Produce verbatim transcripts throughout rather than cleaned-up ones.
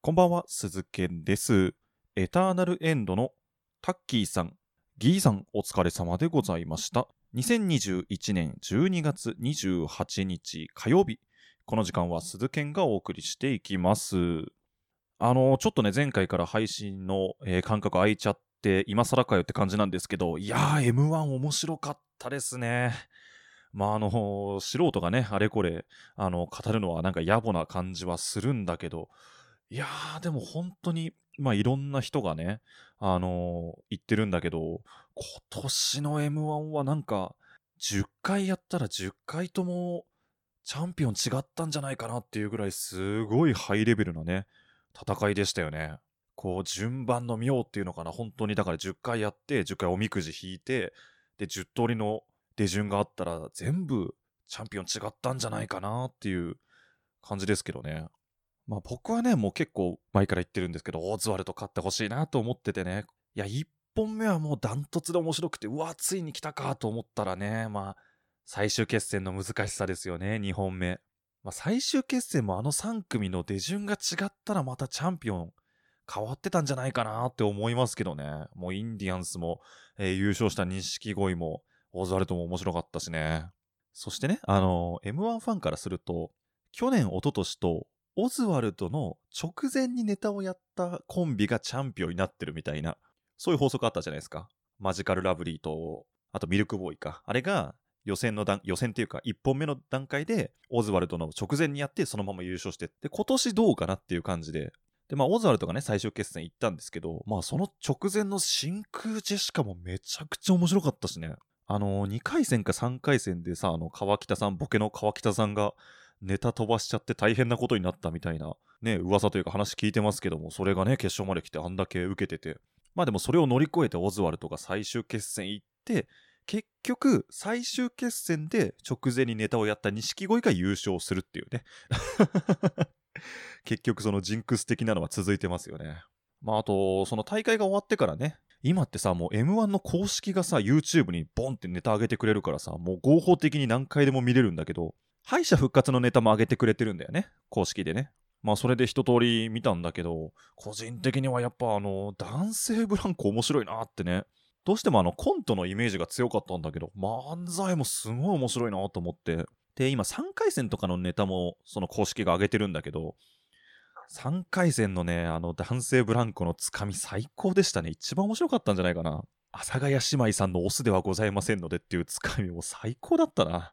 こんばんは、鈴賢です。エターナルエンドのタッキーさん、ギーさん、お疲れ様でございました。にせんにじゅういちねんじゅうにがつにじゅうはちにち火曜日、この時間は鈴賢がお送りしていきます。あの、ちょっとね、前回から配信の、えー間隔空いちゃって、今更かよって感じなんですけど、いやー、エムワン 面白かったですね。まあ、あの、素人がね、あれこれ、あの、語るのはなんか野暮な感じはするんだけど、いやー、でも本当に、まあ、いろんな人がね、あのー言ってるんだけど、今年の エムワン はなんか、じゅっかいやったらじゅっかいともチャンピオン違ったんじゃないかなっていうぐらいすごいハイレベルなね、戦いでしたよね。こう、順番の妙っていうのかな、本当にだからじゅっかいやって、じゅっかいおみくじ引いて、で、じゅっ通りの手順があったら全部チャンピオン違ったんじゃないかなっていう感じですけどね。まあ僕はね、もう結構前から言ってるんですけど、オズワルド勝ってほしいなと思っててね。いや、いっぽんめはもうダントツで面白くて、うわ、ついに来たかと思ったらね、まあ、最終決戦の難しさですよね、にほんめ。まあ最終決戦もあのさん組の出順が違ったらまたチャンピオン変わってたんじゃないかなって思いますけどね。もうインディアンスも、えー優勝した錦鯉も、オズワルドも面白かったしね。そしてね、あのー エムワン ファンからすると、去年、一昨年と、オズワルドの直前にネタをやったコンビがチャンピオンになってるみたいな、そういう法則あったじゃないですか。マジカルラブリーと、あとミルクボーイか。あれが予選の段、予選っていうかいっぽんめの段階で、オズワルドの直前にやってそのまま優勝してって、今年どうかなっていう感じで。で、まあ、オズワルドがね、最終決戦行ったんですけど、まあ、その直前の真空ジェシカもめちゃくちゃ面白かったしね。あのー、にかい戦かさんかい戦でさ、あの、川北さん、ボケの川北さんが、ネタ飛ばしちゃって大変なことになったみたいなね、噂というか話聞いてますけども、それがね、決勝まで来てあんだけ受けてて、まあでもそれを乗り越えてオズワルドが最終決戦行って、結局最終決戦で直前にネタをやった錦鯉が優勝するっていうね。結局そのジンクス的なのは続いてますよね。まああと、その大会が終わってからね、今ってさ、もう エムワン の公式がさ、YouTube にボンってネタ上げてくれるからさ、もう合法的に何回でも見れるんだけど、敗者復活のネタも上げてくれてるんだよね、公式でね。まあそれで一通り見たんだけど、個人的にはやっぱあの男性ブランコ面白いなってね。どうしてもあのコントのイメージが強かったんだけど、漫才もすごい面白いなと思って。で、今さんかい戦とかのネタもその公式が上げてるんだけど、さんかい戦のね、あの男性ブランコのつかみ最高でしたね。一番面白かったんじゃないかな。阿佐ヶ谷姉妹さんのオスではございませんのでっていうつかみも最高だったな。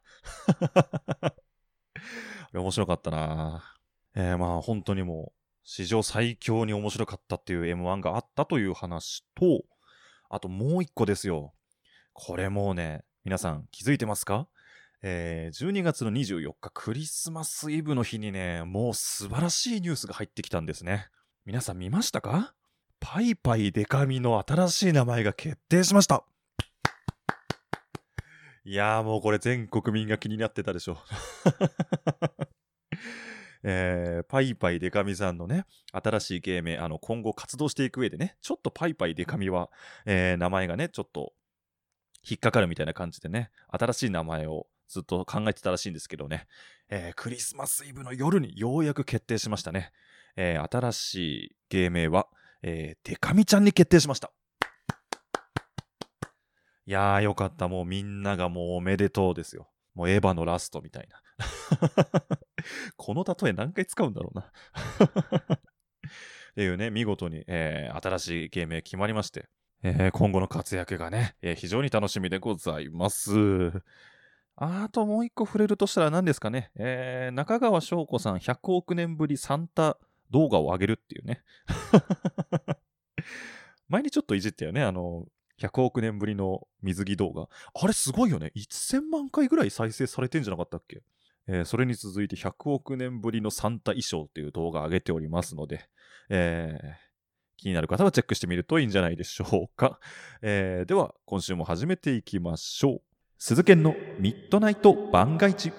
面白かったな。えー、まあ本当にもう史上最強に面白かったっていう エムワン があったという話と、あともう一個ですよ。これもうね、皆さん気づいてますか？えー、じゅうにがつのにじゅうよっかクリスマスイブの日にね、もう素晴らしいニュースが入ってきたんですね。皆さん見ましたか？パイパイデカミの新しい名前が決定しました。いやーもうこれ全国民が気になってたでしょ。えー、パイパイデカミさんのね、新しい芸名、あの今後活動していく上でね、ちょっとパイパイデカミは、えー、名前がね、ちょっと引っかかるみたいな感じでね、新しい名前をずっと考えてたらしいんですけどね、えー、クリスマスイブの夜にようやく決定しましたね。えー、新しい芸名は、えー、デカミちゃんに決定しました。いやーよかった。もうみんながもうおめでとうですよ。もうエヴァのラストみたいな。この例え何回使うんだろうな。っていうね、見事に、えー、新しい芸名決まりまして、えー、今後の活躍がね、えー、非常に楽しみでございます。あともう一個触れるとしたら何ですかね、えー、中川翔子さんひゃくおくねんぶりサンタ動画を上げるっていうね。前にちょっといじったよね、あの、ひゃくおくねんぶりの水着動画。あれすごいよね。せんまんかいぐらい再生されてんじゃなかったっけ？えー、それに続いてひゃくおくねんぶりのサンタ衣装という動画を上げておりますので、えー、気になる方はチェックしてみるといいんじゃないでしょうか。えー、では、今週も始めていきましょう。鈴研のミッドナイト番外地。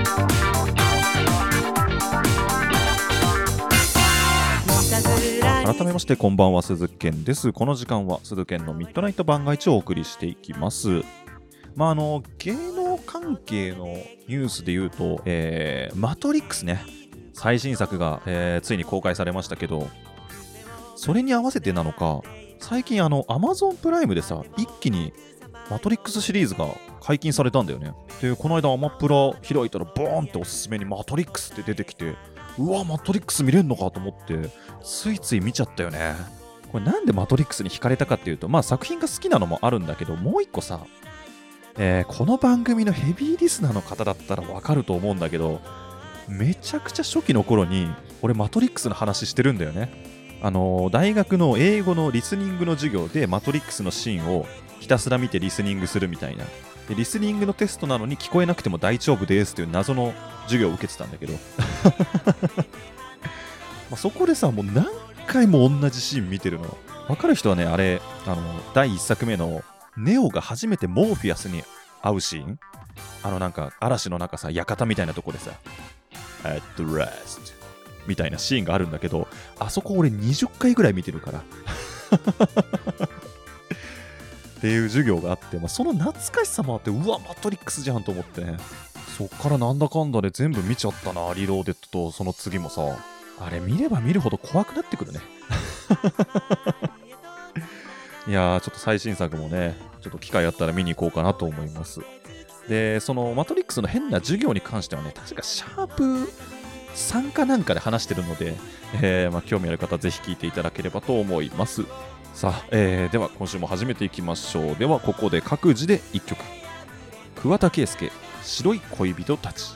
改改めましてこんばんは、鈴健です。この時間は鈴健のミッドナイト番外地をお送りしていきます。まああの芸能関係のニュースで言うと、えー、マトリックスね、最新作が、えー、ついに公開されましたけど、それに合わせてなのか最近あの Amazon プライムでさ、一気にマトリックスシリーズが解禁されたんだよね。でこの間アマプラ開いたらボーンっておすすめにマトリックスって出てきて、うわマトリックス見れんのかと思ってついつい見ちゃったよね。これなんでマトリックスに惹かれたかっていうと、まあ作品が好きなのもあるんだけど、もう一個さ、えー、この番組のヘビーリスナーの方だったらわかると思うんだけど、めちゃくちゃ初期の頃に俺マトリックスの話してるんだよね。あのー、大学の英語のリスニングの授業でマトリックスのシーンをひたすら見てリスニングするみたいな。でリスニングのテストなのに聞こえなくても大丈夫ですという謎の授業を受けてたんだけどまあそこでさ、もう何回も同じシーン見てるの分かる人はね、あれあのだいいっさくめのネオが初めてモーフィアスに会うシーン、あのなんか嵐の中さ、館みたいなとこでさ At last みたいなシーンがあるんだけど、あそこ俺にじゅっかいぐらい見てるからっていう授業があって、まあ、その懐かしさもあって、うわマトリックスじゃんと思ってね、そっからなんだかんだで全部見ちゃったな。リローデッドとその次もさ、あれ見れば見るほど怖くなってくるねいやー、ちょっと最新作もね、ちょっと機会あったら見に行こうかなと思います。でそのマトリックスの変な授業に関してはね、確かシャープさんかなんかで話してるので、えーまあ、興味ある方はぜひ聞いていただければと思います。さあ、えー、では今週も始めていきましょう。ではここで各自でいっきょく、桑田佳祐、白い恋人たち。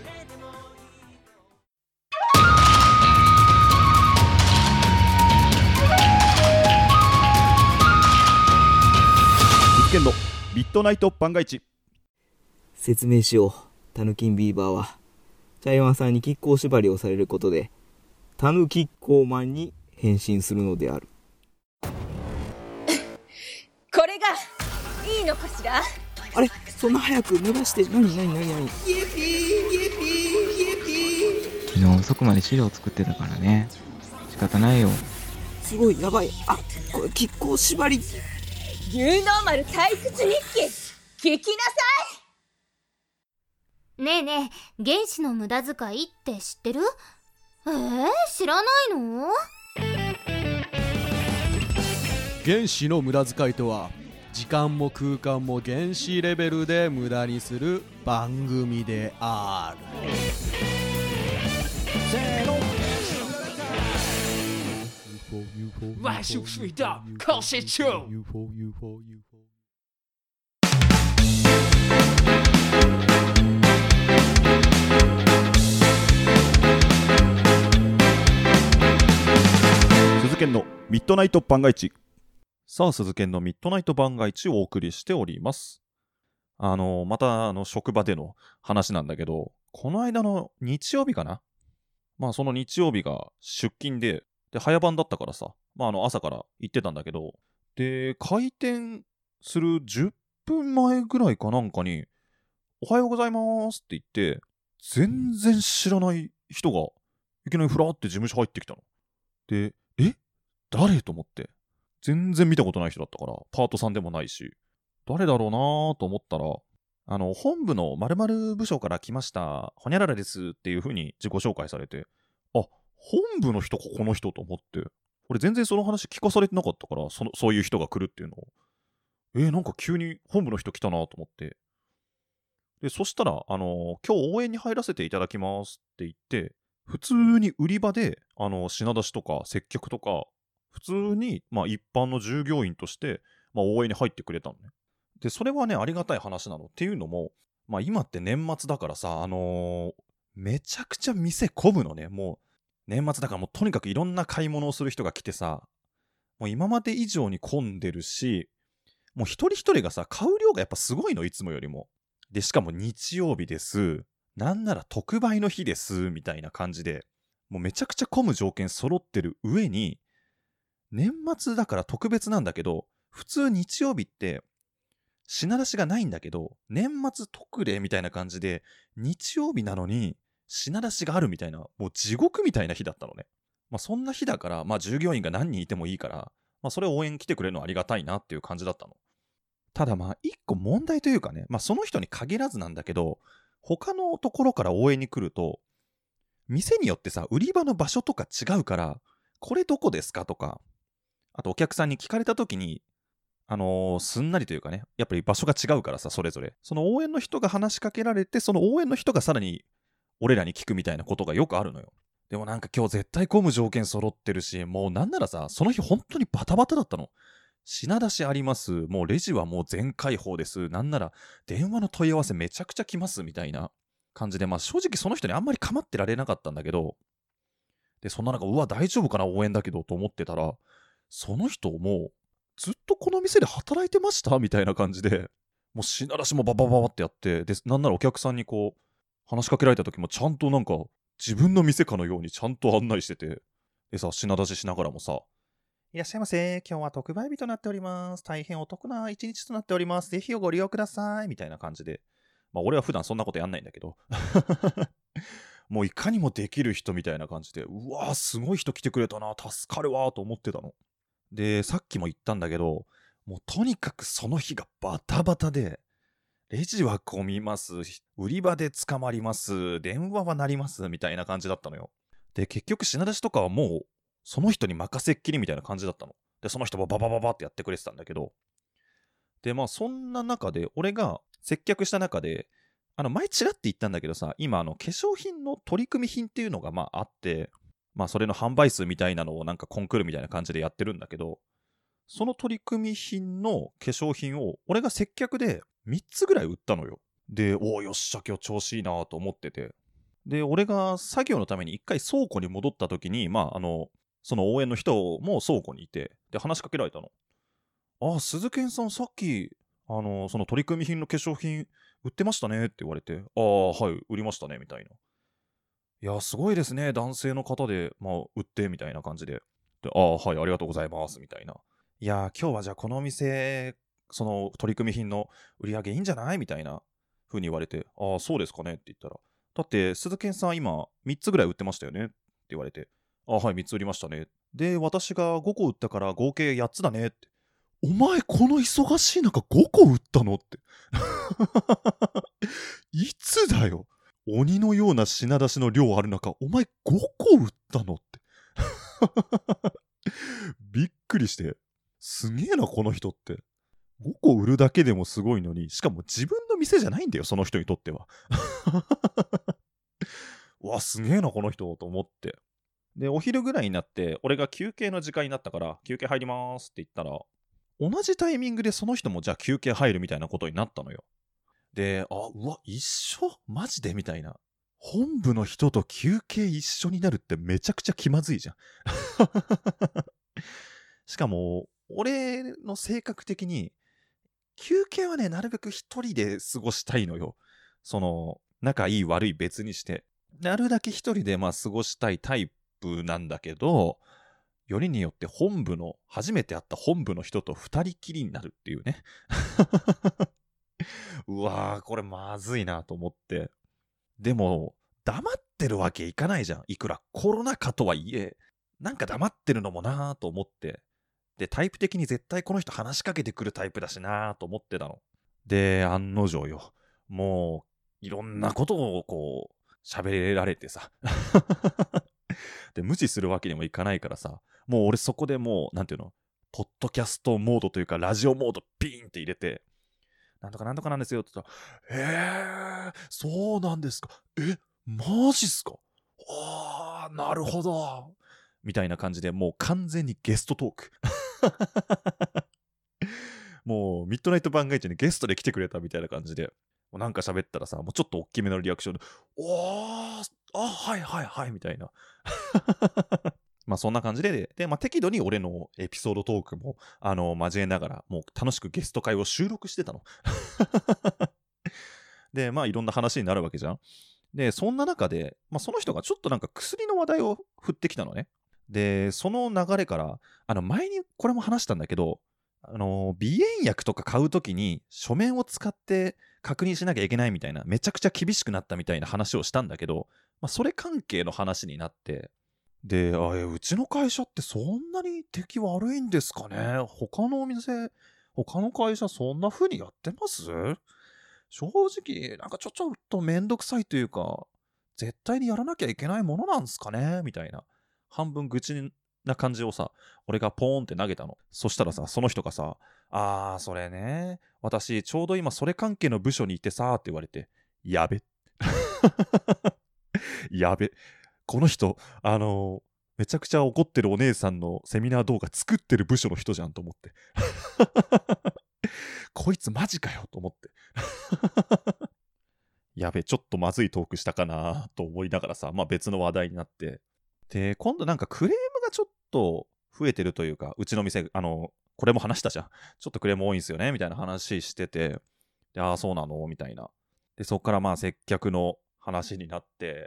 鈴研のミッドナイト番外地。 説明しよう。タヌキンビーバーは茶山さんに亀甲縛りをされることでタヌキッコーマンに変身するのである。 これがいいのかしら。 あれ、そんな早く濡らして。何何何何。 昨日遅くまで資料作ってたからね、仕方ないよ。 すごいやばい。あ、これ亀甲縛り。 ニューノーマル退屈日記聞きなさい。ねえねえ、原子の無駄遣いって知ってる？えー、知らないの？ 原子の無駄遣いとは、時間も空間も原子レベルで無駄にする番組である。 万事水道考试中。 鈴研のミッドナイト番外地。さあ、鈴研のミッドナイト番外地をお送りしております。あのまたあの職場での話なんだけど、この間の日曜日かな、まあその日曜日が出勤で、で早番だったからさ、まああの朝から行ってたんだけど、で開店するじゅっぷんまえぐらいかなんかにおはようございますって言って、全然知らない人がいきなりフラーって事務所入ってきたので、え誰と思って、全然見たことない人だったから、パートさんでもないし、誰だろうなーと思ったら、あの本部の〇〇部署から来ましたほにゃららですっていう風に自己紹介されて、あ、本部の人かこの人と思って、俺全然その話聞かされてなかったから、そのそういう人が来るっていうのを、えー、なんか急に本部の人来たなと思って、でそしたら、あの今日応援に入らせていただきますって言って、普通に売り場であの品出しとか接客とか、普通に、まあ、一般の従業員として、まあ、応援に入ってくれたのね。でそれはね、ありがたい話なの。っていうのも、まあ、今って年末だからさ、あのー、めちゃくちゃ店混むのね。もう年末だから、もうとにかくいろんな買い物をする人が来てさ、もう今まで以上に混んでるし、もう一人一人がさ、買う量がやっぱすごいの、いつもよりも。でしかも日曜日です、なんなら特売の日ですみたいな感じで、もうめちゃくちゃ混む条件揃ってる上に、年末だから特別なんだけど、普通日曜日って品出しがないんだけど、年末特例みたいな感じで日曜日なのに品出しがあるみたいな、もう地獄みたいな日だったのね。 まあ、そんな日だから、まあ、従業員が何人いてもいいから、まあ、それを応援来てくれるのはありがたいなっていう感じだったの。ただまあ一個問題というかね、まあ、その人に限らずなんだけど、他のところから応援に来ると、店によってさ、売り場の場所とか違うから、これどこですかとか、あとお客さんに聞かれた時に、あのー、すんなりというかね、やっぱり場所が違うからさ、それぞれ。その応援の人が話しかけられて、その応援の人がさらに俺らに聞くみたいなことがよくあるのよ。でもなんか今日絶対混む条件揃ってるし、もうなんならさ、その日本当にバタバタだったの。品出しあります。もうレジはもう全開放です。なんなら電話の問い合わせめちゃくちゃ来ますみたいな感じで、まあ正直その人にあんまり構ってられなかったんだけど、で、そんな中、うわ、大丈夫かな、応援だけどと思ってたら、その人もずっとこの店で働いてましたみたいな感じで、もう品出しもババババってやって、で、なんならお客さんにこう、話しかけられた時もちゃんとなんか、自分の店かのようにちゃんと案内してて、でさ、品出ししながらもさ、いらっしゃいませ。今日は特売日となっております。大変お得な一日となっております。ぜひご利用ください。みたいな感じで。まあ俺は普段そんなことやんないんだけど。もういかにもできる人みたいな感じで、うわーすごい人来てくれたな、助かるわーと思ってたの。で、さっきも言ったんだけど、もうとにかくその日がバタバタで、レジは混みます。売り場で捕まります。電話は鳴ります。みたいな感じだったのよ。で、結局品出しとかはもう、その人に任せっきりみたいな感じだったの。で、その人もババババってやってくれてたんだけど。で、まあそんな中で、俺が接客した中で、あの前チラって言ったんだけどさ、今あの化粧品の取り組み品っていうのがまああって、まあそれの販売数みたいなのをなんかコンクールみたいな感じでやってるんだけど、その取り組み品の化粧品を俺が接客でみっつぐらい売ったのよ。で、おおよっしゃ今日調子いいなと思ってて。で、俺が作業のために一回倉庫に戻った時に、まああの、その応援の人も倉庫にいて、で、話しかけられたの。ああ、鈴賢さんさっき、あの、その取り組み品の化粧品売ってましたねって言われて、ああ、はい、売りましたね、みたいな。いや、すごいですね、男性の方で、まあ、売って、みたいな感じで。で、ああ、はい、ありがとうございます、みたいな。いや、今日はじゃあこのお店、その取り組み品の売り上げいいんじゃないみたいな風に言われて、ああ、そうですかねって言ったら、だって、鈴賢さん今みっつぐらい売ってましたよねって言われて、あ、はい、みっつ売りましたね。で、私がごこ売ったから合計やっつだねって。お前、この忙しい中ごこ売ったのって。いつだよ。鬼のような品出しの量ある中、お前ごこ売ったのって。びっくりして。すげえな、この人って。ごこ売るだけでもすごいのに、しかも自分の店じゃないんだよ、その人にとっては。うわ、すげえな、この人、と思って。で、お昼ぐらいになって、俺が休憩の時間になったから、休憩入りますって言ったら、同じタイミングでその人もじゃあ休憩入るみたいなことになったのよ。で、あ、うわ、一緒マジでみたいな。本部の人と休憩一緒になるってめちゃくちゃ気まずいじゃん。しかも、俺の性格的に、休憩はね、なるべく一人で過ごしたいのよ。その、仲いい悪い別にして。なるだけ一人でまあ過ごしたいタイプなんだけど、よりによって本部の、初めて会った本部の人と二人きりになるっていうね。うわー、これまずいなと思って。でも、黙ってるわけいかないじゃん。いくらコロナ禍とはいえ、なんか黙ってるのもなーと思って。で、タイプ的に絶対この人話しかけてくるタイプだしなーと思ってたの。で、案の定よ。もう、いろんなことをこう、喋られてさ。で、無視するわけにもいかないからさ、もう俺そこでもう、なんていうの、ポッドキャストモードというか、ラジオモードピーンって入れて、なんとかなんとかなんですよって言ったら、えー、そうなんですか。え、マジっすか。あー、なるほど。みたいな感じで、もう完全にゲストトーク。もう、ミッドナイト番外地にゲストで来てくれたみたいな感じで、もうなんか喋ったらさ、もうちょっと大きめのリアクションで、おー、あ、はいはいはい、みたいな。まあそんな感じで、で、まあ適度に俺のエピソードトークも、あの、交えながら、もう楽しくゲスト会を収録してたの。で、まあいろんな話になるわけじゃん。で、そんな中で、まあその人がちょっとなんか薬の話題を振ってきたのね。で、その流れから、あの、前にこれも話したんだけど、あの、鼻炎薬とか買うときに書面を使って確認しなきゃいけないみたいな、めちゃくちゃ厳しくなったみたいな話をしたんだけど、まあそれ関係の話になって、 で、あえうちの会社ってそんなに出来悪いんですかね。他のお店、他の会社そんな風にやってます？正直、なんかちょちょっとめんどくさいというか、絶対にやらなきゃいけないものなんすかねみたいな。半分愚痴な感じをさ、俺がポーンって投げたの。そしたらさ、その人がさ、あー、それね、私ちょうど今それ関係の部署にいてさーって言われて、やべ。やべ。この人、あのー、めちゃくちゃ怒ってるお姉さんのセミナー動画作ってる部署の人じゃんと思って。こいつマジかよと思って。やべ、ちょっとまずいトークしたかなと思いながらさ、まあ別の話題になって。で、今度なんかクレームがちょっと増えてるというか、うちの店、あの、これも話したじゃん。ちょっとクレーム多いんすよねみたいな話してて、で、ああ、そうなのみたいな。で、そっからまあ接客の話になって、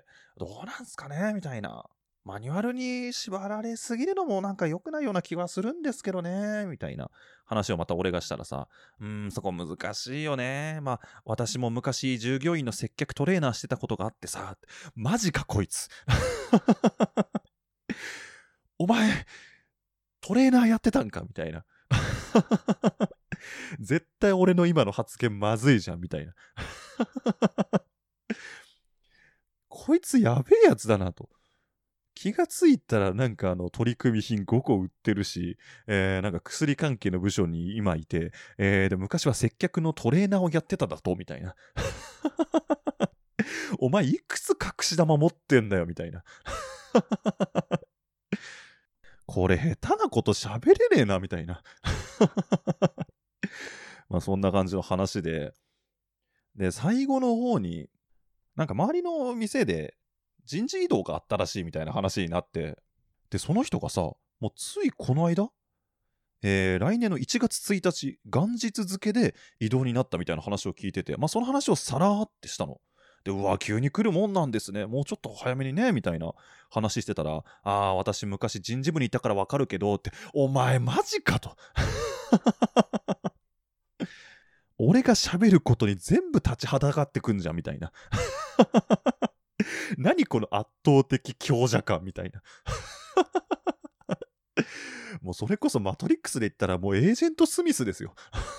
どうなんすかねみたいな。マニュアルに縛られすぎるのもなんか良くないような気はするんですけどねみたいな話をまた俺がしたらさ、うーん、そこ難しいよね。まあ、私も昔従業員の接客トレーナーしてたことがあってさ、マジかこいつ。お前、トレーナーやってたんかみたいな。絶対俺の今の発言まずいじゃんみたいな。こいつやべえやつだなと。気がついたらなんかあの取り組み品ごこ売ってるし、えー、なんか薬関係の部署に今いて、えー、で昔は接客のトレーナーをやってただとみたいな。お前いくつ隠し玉持ってんだよみたいな。これ下手なこと喋れねえなみたいな。まあそんな感じの話で、で最後の方になんか周りの店で人事異動があったらしいみたいな話になって、でその人がさ、もうついこの間、えー、来年のいちがつついたち元日付で異動になったみたいな話を聞いてて、まあその話をさらーってしたの。で、うわ急に来るもんなんですね、もうちょっと早めにねみたいな話してたら、ああ私昔人事部にいたからわかるけどって、お前マジかと。俺が喋ることに全部立ちはだかってくんじゃんみたいな。何この圧倒的強者感みたいな。もうそれこそマトリックスで言ったらもうエージェントスミスですよ。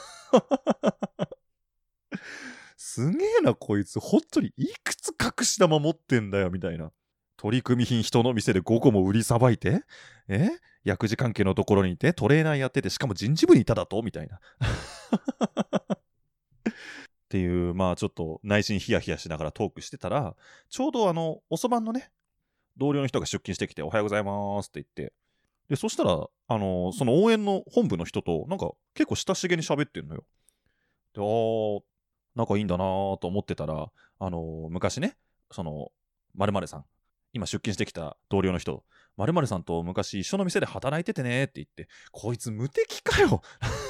すげえなこいつ、本当にいくつ隠し玉持ってんだよみたいな。取り組み品人の店でごこも売りさばいて、え薬事関係のところにいてトレーナーやってて、しかも人事部にいただとみたいな。っていう、まあちょっと内心ヒヤヒヤしながらトークしてたら、ちょうどあの遅番のね同僚の人が出勤してきて、おはようございますって言って、でそしたらあのその応援の本部の人となんか結構親しげに喋ってんのよ。で、あー仲いいんだなーと思ってたら、あの昔ね、その〇〇さん、今出勤してきた同僚の人、〇〇さんと昔一緒の店で働いててねって言って、こいつ無敵かよ。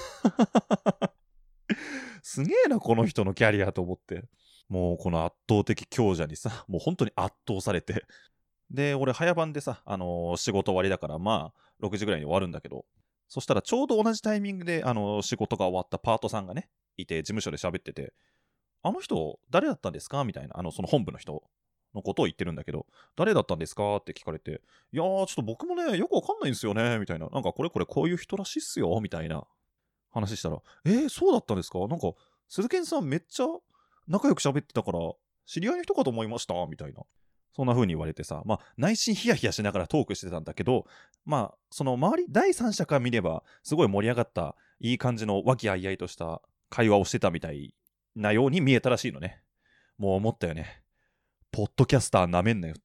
すげえなこの人のキャリアと思って、もうこの圧倒的強者にさ、もう本当に圧倒されて、で俺早番でさ、あのー、仕事終わりだからまあろくじぐらいに終わるんだけど、そしたらちょうど同じタイミングで、あのー、仕事が終わったパートさんがねいて、事務所で喋ってて、あの人誰だったんですかみたいな、あのその本部の人のことを言ってるんだけど、誰だったんですかって聞かれて、いやーちょっと僕もねよくわかんないんですよねみたいな、なんかこれこれこういう人らしいっすよみたいな話したら、えー、そうだったんですか、なんか鈴賢さんめっちゃ仲良く喋ってたから知り合いの人かと思いましたみたいな、そんな風に言われてさ、まあ内心ヒヤヒヤしながらトークしてたんだけど、まあその周り第三者から見ればすごい盛り上がったいい感じの和気あいあいとした会話をしてたみたいなように見えたらしいのね。もう思ったよね、ポッドキャスターなめんなよって。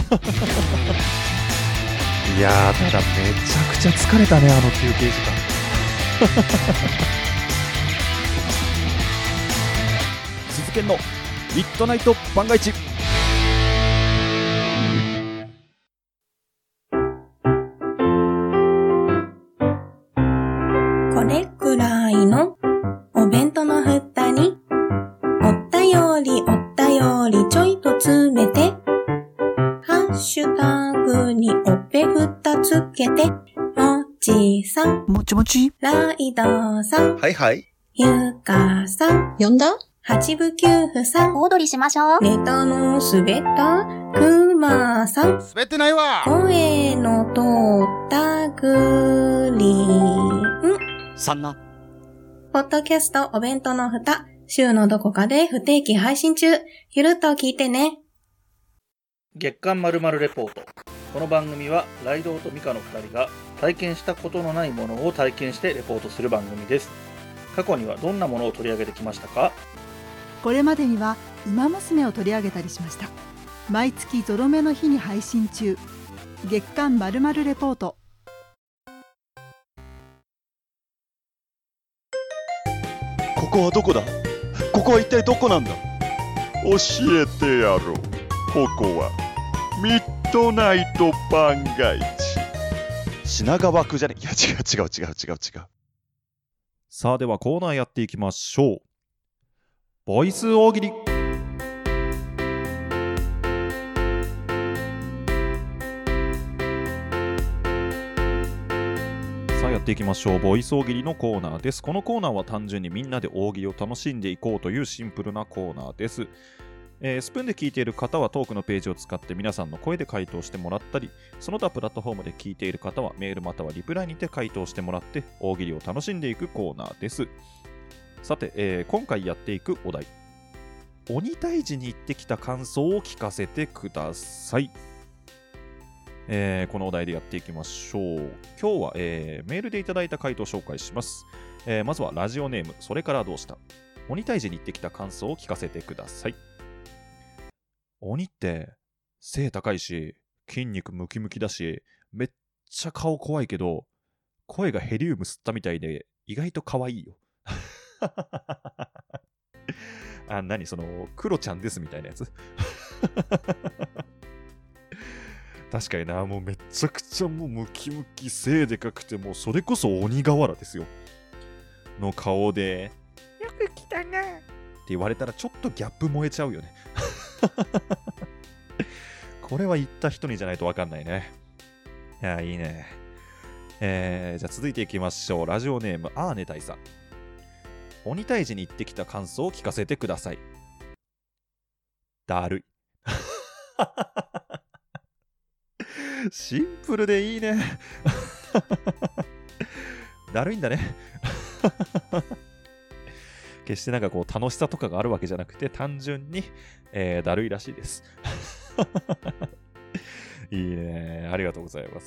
いやーただめちゃくちゃ疲れたね、あの休憩時間。鈴研のミッドナイト番外地。 これくらいのお弁当の蓋におったよりおったよりちょいと詰めて、ハッシュタグにおっぺふたつけて、もちさん、 もちもち、 ライドさん、 はいはい、 ゆかさん、 呼んだ？ 八部九夫さん、 お踊りしましょう。 ネタの滑ったくまさん。 滑ってないわ。 声の通ったグリーン。 さんな。 ポッドキャストお弁当の蓋、週のどこかで不定期配信中。ゆるっと聞いてね。 月刊まるまるレポート。この番組はライドウとミカのふたりが体験したことのないものを体験してレポートする番組です。過去にはどんなものを取り上げてきましたか？ これまでにはウマ娘を取り上げたりしました。毎月ゾロ目の日に配信中。月刊まるまるレポート。 ここはどこだ？ここは一体どこなんだ？教えてやろう。ここはミッドナイト番外地。品川区じゃね？いや違う違う違う違う違う。 さあではコーナーやっていきましょう。ボイス大喜利。さあやっていきましょう。ボイス大喜利のコーナーです。このコーナーは単純にみんなで大喜利を楽しんでいこうというシンプルなコーナーです。えー、スプーンで聞いている方はトークのページを使って皆さんの声で回答してもらったり、その他プラットフォームで聞いている方はメールまたはリプライにて回答してもらって大喜利を楽しんでいくコーナーです。さて、えー、今回やっていくお題、鬼退治に行ってきた感想を聞かせてください。えー、このお題でやっていきましょう。今日は、えー、メールでいただいた回答を紹介します。えー、まずはラジオネーム、それからどうした？鬼退治に行ってきた感想を聞かせてください。鬼って背高いし筋肉ムキムキだしめっちゃ顔怖いけど声がヘリウム吸ったみたいで意外と可愛いよ。あ、何そのクロちゃんですみたいなやつ。確かにな、もうめちゃくちゃもうムキムキ背でかくてもうそれこそ鬼瓦ですよの顔でよく来たなって言われたらちょっとギャップ燃えちゃうよね。これは言った人にじゃないと分かんないね。いや、いいね。えー、じゃあ続いていきましょう。ラジオネームアーネ大佐。鬼退治に行ってきた感想を聞かせてください。だるい。シンプルでいいね。だるいんだね。決してなんかこう楽しさとかがあるわけじゃなくて単純に、えー、だるいらしいです。いいね、ありがとうございます。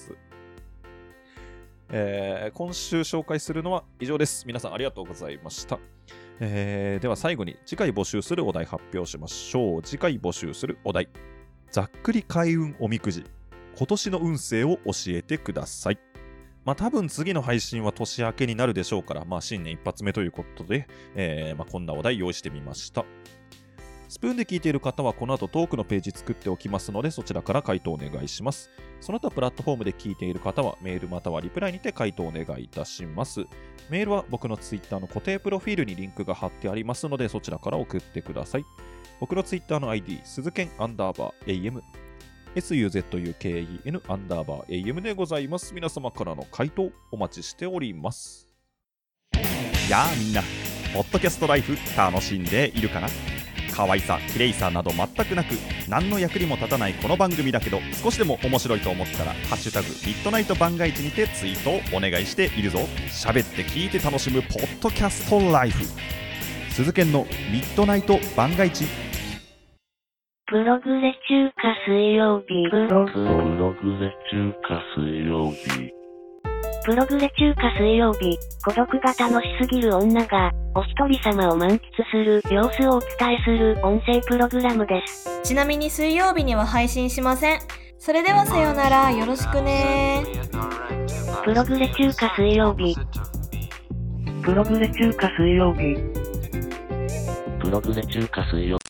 えー、今週紹介するのは以上です。皆さんありがとうございました。えー、では最後に次回募集するお題発表しましょう。次回募集するお題、ざっくり開運おみくじ、今年の運勢を教えてください。まあ多分次の配信は年明けになるでしょうから、まあ新年一発目ということで、えーまあ、こんなお題用意してみました。スプーンで聞いている方はこの後トークのページ作っておきますのでそちらから回答お願いします。その他プラットフォームで聞いている方はメールまたはリプライにて回答お願いいたします。メールは僕のツイッターの固定プロフィールにリンクが貼ってありますのでそちらから送ってください。僕のツイッターの アイディー、鈴剣アンダーバー エーエム、エスユーゼットユーケーイーエヌ アンダーバー エーエム でございます。皆様からの回答お待ちしております。やあみんな、ポッドキャストライフ楽しんでいるかな？可愛さ、綺麗さなど全くなく何の役にも立たないこの番組だけど少しでも面白いと思ったらハッシュタグミッドナイト番外地にてツイートをお願いしているぞ。喋って聞いて楽しむポッドキャストライフ、鈴研のミッドナイト番外地。 プログレ中華水曜日プロプログレ中華水曜日プログレ中華水曜日、孤独が楽しすぎる女がお一人様を満喫する様子をお伝えする音声プログラムです。 ちなみに水曜日には配信しません。それではさようなら、よろしくね。 プログレ中華水曜日プログレ中華水曜日プログレ中華水曜日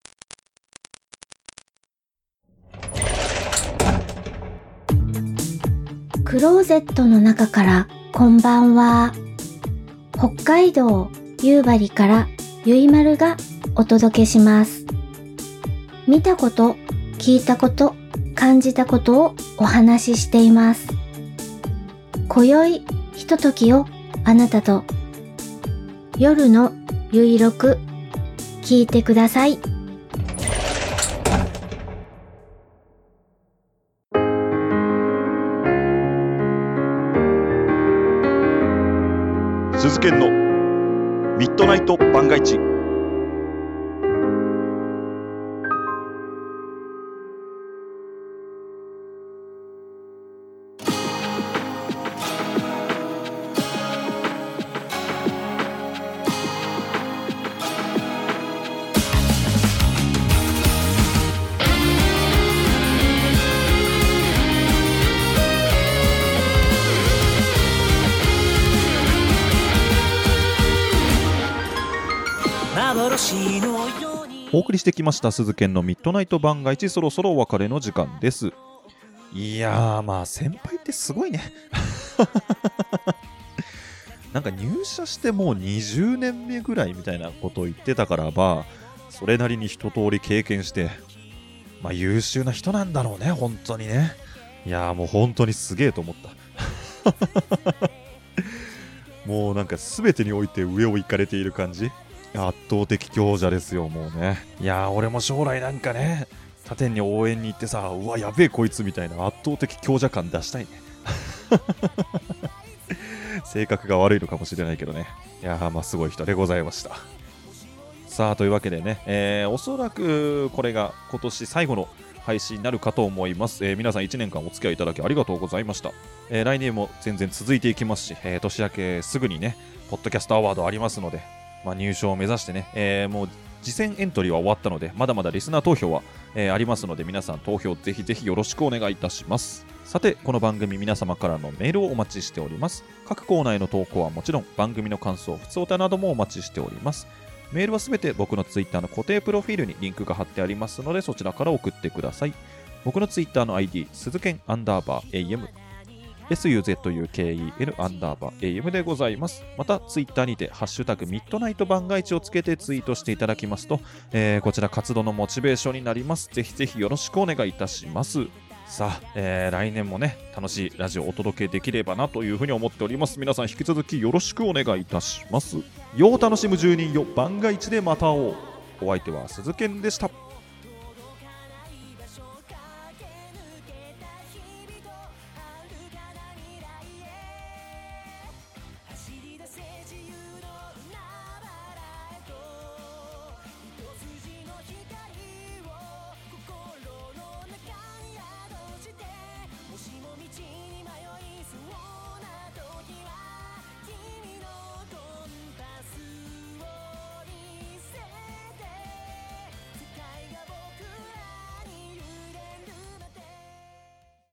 クローゼットの中からこんばんは。北海道夕張からゆいまるがお届けします。見たこと、聞いたこと、感じたことをお話ししています。今宵ひとときをあなたと。夜のゆいろく聞いてください。 鈴研のミッドナイト番外地。 お送りしてきました鈴研のミッドナイト番外地、そろそろお別れの時間です。いやー、まあ先輩ってすごいねなんか入社してもうにじゅうねんめぐらいみたいなことを言ってたから、まあそれなりに一通り経験して、まあ優秀な人なんだろうね、本当にね。いやー、もう本当にすげえと思ったもうなんか全てにおいて上を行かれている感じ、圧倒的強者ですよ、もうね。いやー、俺も将来なんかね、他店に応援に行ってさ、うわやべえこいつみたいな圧倒的強者感出したいね性格が悪いのかもしれないけどね。いやー、まあすごい人でございました。さあ、というわけでね、えー、おそらくこれが今年最後の配信になるかと思います。えー、皆さんいちねんかんお付き合いいただきありがとうございました。えー、来年も全然続いていきますし、えー、年明けすぐにね、ポッドキャストアワードありますので、まあ、入賞を目指してね、えー、もう次戦エントリーは終わったので、まだまだリスナー投票は、えー、ありますので、皆さん投票ぜひぜひよろしくお願いいたします。さて、この番組皆様からのメールをお待ちしております。各コーナーへの投稿はもちろん、番組の感想、ふつおたなどもお待ちしております。メールはすべて僕のツイッターの固定プロフィールにリンクが貼ってありますので、そちらから送ってください。僕のツイッターの アイディー、鈴研アンダーバー エーエム、エスユーゼットユーケーイーエル アンダーバー エーエム でございます。また、ツイッターにて、ハッシュタグミッドナイト番外地をつけてツイートしていただきますと、えー、こちら活動のモチベーションになります。ぜひぜひよろしくお願いいたします。さあ、えー、来年もね、楽しいラジオをお届けできればなというふうに思っております。皆さん引き続きよろしくお願いいたします。よう楽しむ住人よ、番外地でまた会おう。お相手は鈴研でした。